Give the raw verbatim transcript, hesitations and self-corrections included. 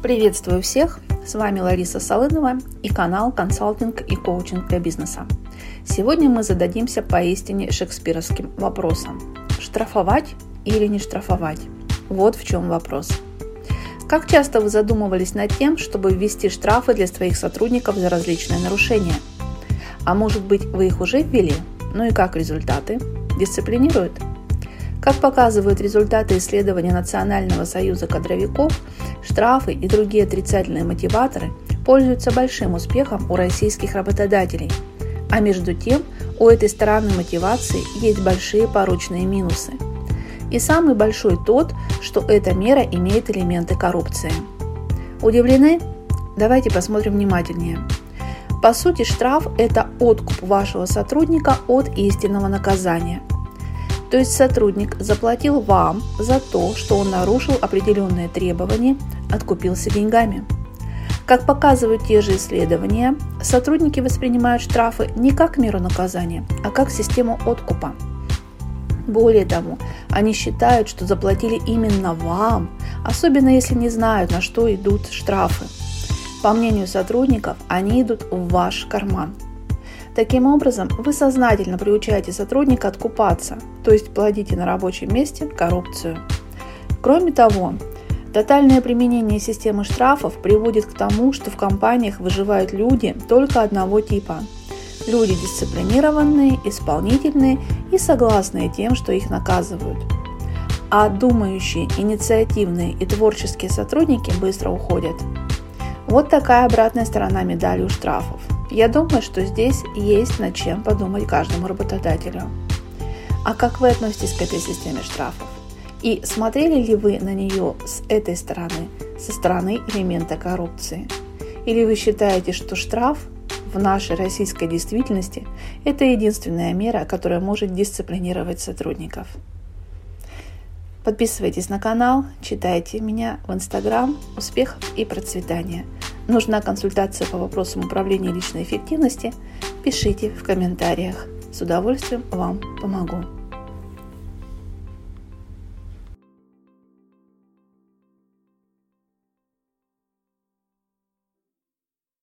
Приветствую всех! С вами Лариса Солынова и канал «Консалтинг и коучинг для бизнеса». Сегодня мы зададимся поистине шекспировским вопросом. Штрафовать или не штрафовать? Вот в чем вопрос. Как часто вы задумывались над тем, чтобы ввести штрафы для своих сотрудников за различные нарушения? А может быть, вы их уже ввели? Ну и как результаты? Дисциплинируют? Как показывают результаты исследования Национального союза кадровиков, штрафы и другие отрицательные мотиваторы пользуются большим успехом у российских работодателей. А между тем, у этой стороны мотивации есть большие порочные минусы. И самый большой тот, что эта мера имеет элементы коррупции. Удивлены? Давайте посмотрим внимательнее. По сути, штраф – это откуп вашего сотрудника от истинного наказания. То есть сотрудник заплатил вам за то, что он нарушил определенные требования, откупился деньгами. Как показывают те же исследования, сотрудники воспринимают штрафы не как меру наказания, а как систему откупа. Более того, они считают, что заплатили именно вам, особенно если не знают, на что идут штрафы. По мнению сотрудников, они идут в ваш карман. Таким образом, вы сознательно приучаете сотрудника откупаться, то есть плодите на рабочем месте коррупцию. Кроме того, тотальное применение системы штрафов приводит к тому, что в компаниях выживают люди только одного типа. Люди дисциплинированные, исполнительные и согласные тем, что их наказывают. А думающие, инициативные и творческие сотрудники быстро уходят. Вот такая обратная сторона медали у штрафов. Я думаю, что здесь есть над чем подумать каждому работодателю. А как вы относитесь к этой системе штрафов? И смотрели ли вы на нее с этой стороны, со стороны элемента коррупции? Или вы считаете, что штраф в нашей российской действительности – это единственная мера, которая может дисциплинировать сотрудников? Подписывайтесь на канал, читайте меня в Инстаграм. Успехов и процветания! Нужна консультация по вопросам управления личной эффективности? Пишите в комментариях. С удовольствием вам помогу.